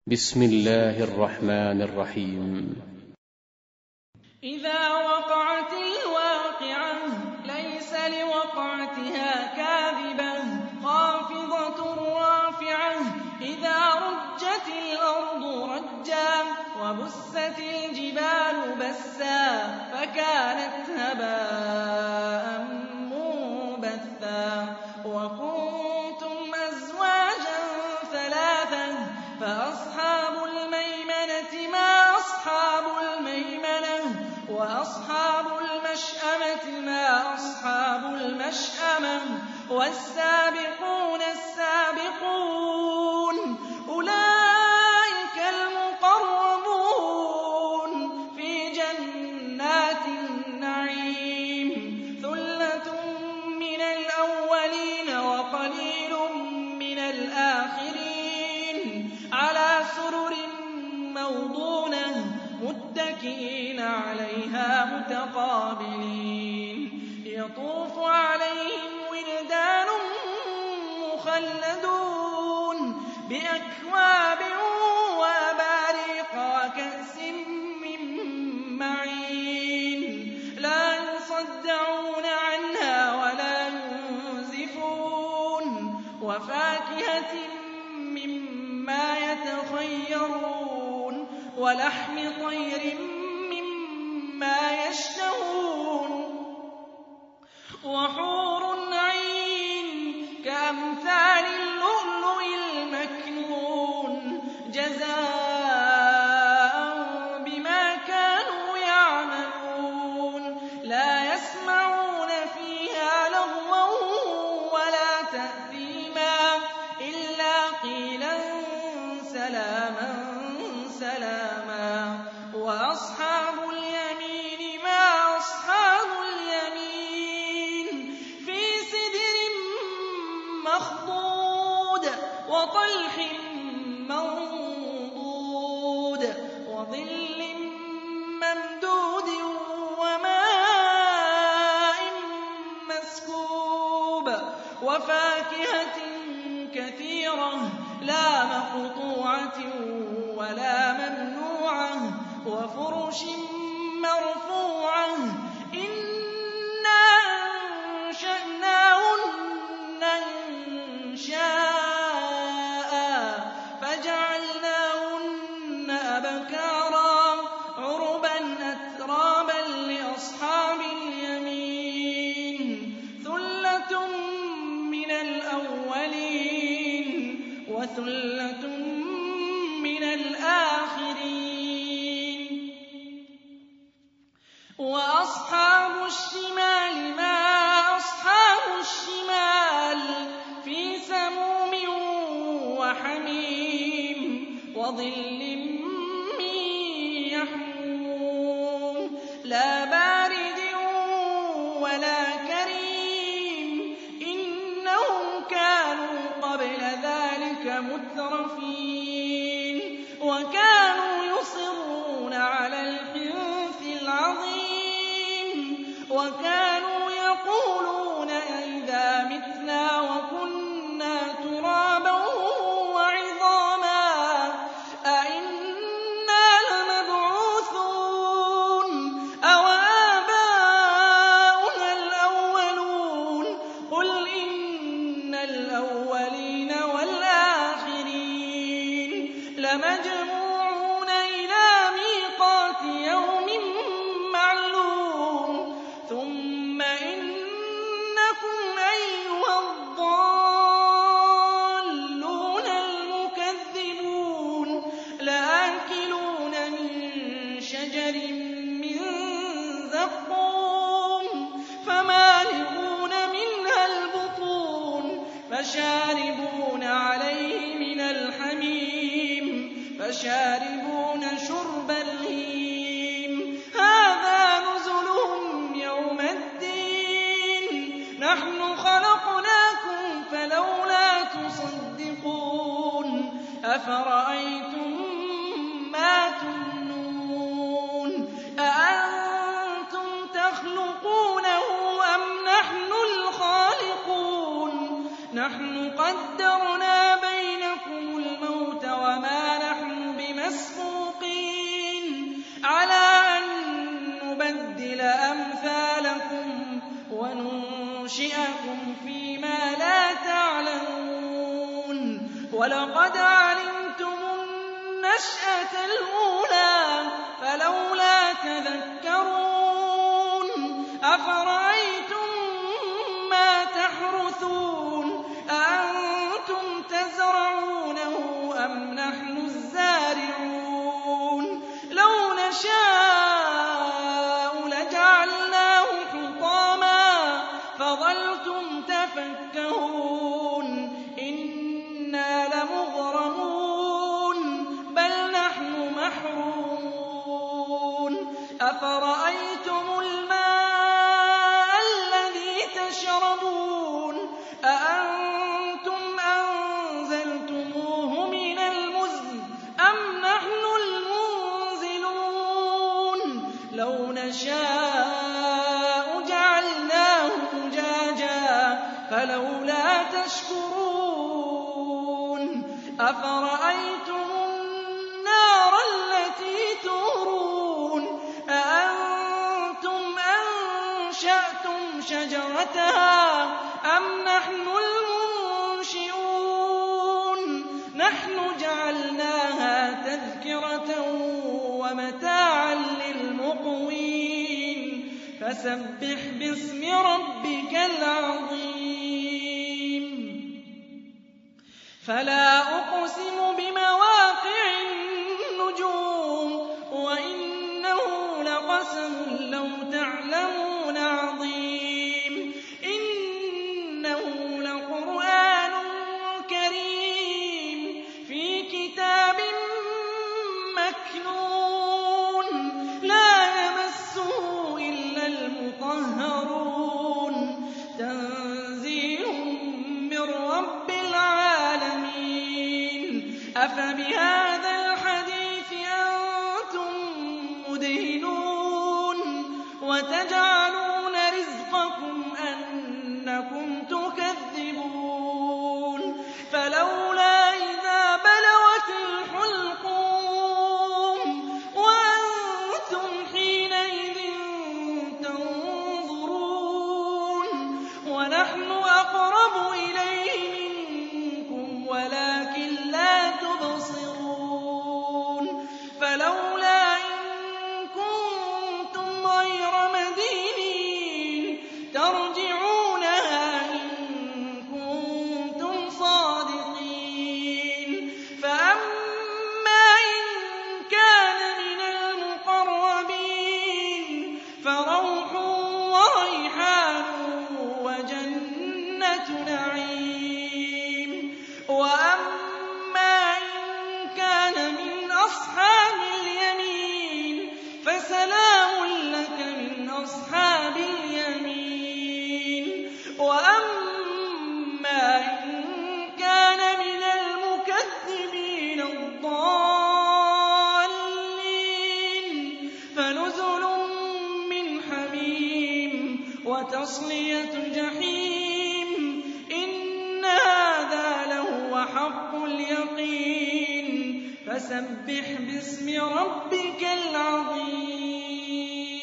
بسم الله الرحمن الرحيم. إذا وقعت الواقعة ليس لوقعتها كاذبة خافضة رافعة إذا رجت الأرض رجا وبست الجبال بسا فكانت هباء منبثا وكنتم أزواجا ثلاثا فأصحاب الميمنة ما أصحاب الميمنة وأصحاب المشأمة ما أصحاب المشأمة والسابقون السابقون أولئك المقربون في جنات النعيم ثلة من الأولين وقليل من الآخرين على سرر موضونة متكئين عليها متقابلين يطوف عليهم ولدان مخلدون بأكواب وأباريق وكأس من معين لا يصدعون عنها ولا ينزفون وفاكهة مما يتخيرون ولحم طير مما يشتهون وحور عين كأمثال اللؤلؤ المكنون جزاء بما كانوا يعملون لا يسمعون فيها لغوا ولا تأثيما إلا قيلا سلاما سلاما وأصحاب اليمين ما أصحاب اليمين في سدر مخضود وطلح منضود وظل ممدود وماء مسكوب وفاكهة كثيرة لا مقطوعة ولا ممنوعة وفرش مرفوعة إنا أنشأناهن إنشاء فجعلناهن أبكارا عربا أترابا لأصحاب اليمين ثلة من الأولين وثلة من الآخرين وأصحاب الشمال ما أصحاب الشمال في سموم وحميم وظل من يحموم لا بارد ولا كريم إنهم كانوا قبل ذلك مترفين وكانوا يصرون على الحنث العظيم وكانوا يقولون إذا متنا وكنا ترابا وعظاما أئنا لمبعوثون أو آباؤنا الأولون قل إن الأولين والآخرين لمجموعون إلى ميقات يوم معلوم ثم إنكم أيها الضالون المكذبون لآكلون من شجر من زقوم فمالئون منها البطون فشاربون عليه من الحميم فشاربون شرب الهيم هذا نزلهم يوم الدين نحن خلقناكم فلولا تصدقون أفرأيتم ما تمنون أأنتم تخلقونه أم نحن الخالقون نحن قدرنا بينكم الموت وما نحن وَلَقَدْ عَلِمْتُمُ النَّشْأَةَ الْأُولَىٰ فَلَوْلَا تَذَكَّرُونَ أَفَرَأَيْتُم مَّا تَحْرُثُونَ أَأَنتُمْ تَزْرَعُونَهُ أَمْ نَحْنُ الزَّارِعُونَ لَوْ نَشَاءُ لَجَعَلْنَاهُ حُطَامًا فَظَلْتُمْ تَفَكَّهُونَ إِنَّا لَمُغْرَمُونَ بَلْ نَحْنُ مَحْرُومُونَ أَفَرَأَيْتُمُ الْمَاءَ الَّذِي تَشْرَبُونَ أَأَنتُمْ أَنزَلْتُمُوهُ مِنَ الْمُزْنِ أَمْ نَحْنُ الْمُنزِلُونَ لَوْ نَشَاءُ جَعَلْنَاهُ أُجَاجًا فَلَوْلَا تَشْكُرُونَ أَفَرَأَيْتُمُ النَّارَ الَّتِي تُورُونَ أَأَنتُمْ أَنشَأْتُمْ شَجَرَتَهَا أَمْ نَحْنُ الْمُنشِئُونَ نَحْنُ جَعَلْنَاهَا تَذْكِرَةً وَمَتَاعًا لِّلْمُقْوِينَ فَسَبِّحْ بِاسْمِ رَبِّكَ الْعَظِيمِ فَلَا أُقْسِمُ بِمَوَاقِعِ النُّجُومِ وَإِنَّهُ لَقَسَمٌ لَّوْ تَعْلَمُونَ عَظِيمٌ إِنَّهُ لَقُرْآنٌ كَرِيمٌ فِي كِتَابٍ مَّكْنُونٍ لَّا يَمَسُّهُ إِلَّا الْمُطَهَّرُونَ تَنزِيلٌ مِّن رَّبِّ الْعَالَمِينَ أَفَبِهَٰذَا الْحَدِيثِ أَنتُم مُّدْهِنُونَ وَتَجْعَلُونَ رِزْقَكُمْ أَنَّكُمْ تُكَذِّبُونَ فَلَوْلَا إِذَا بَلَغَتِ الْحُلْقُومَ وَأَنتُمْ حِينَئِذٍ تَنظُرُونَ وَنَحْنُ أَقْرَبُ إِلَيْهِ مِنكُمْ وَلَٰكِن لَّا تُبْصِرُونَ فَلَوْلَا إِن كُنتُمْ غَيْرَ مَدِينِينَ تَرْجِعُونَهَا إِن كُنتُمْ صَادِقِينَ فَأَمَّا إِن كَانَ مِنَ الْمُقَرَّبِينَ فَرَوْحٌ وَرَيْحَانٌ وَجَنَّةُ نَعِيمٍ وَأَمَّا إِن كَانَ مِنْ أَصْحَابِ الْيَمِينِ فَسَلَامٌ لَّكَ مِنْ أَصْحَابِ الْيَمِينِ وَأَمَّا إِن كَانَ مِنَ الْمُكَذِّبِينَ الضَّالِّينَ فَنُزُلٌ مِّنْ حَمِيمٍ وَتَصْلِيَةُ جَحِيمٍ إِنَّ هَٰذَا لَهُوَ حَقُّ الْيَقِينِ فَسَبِّحْ بِاسْمِ رَبِّكَ الْعَظِيمِ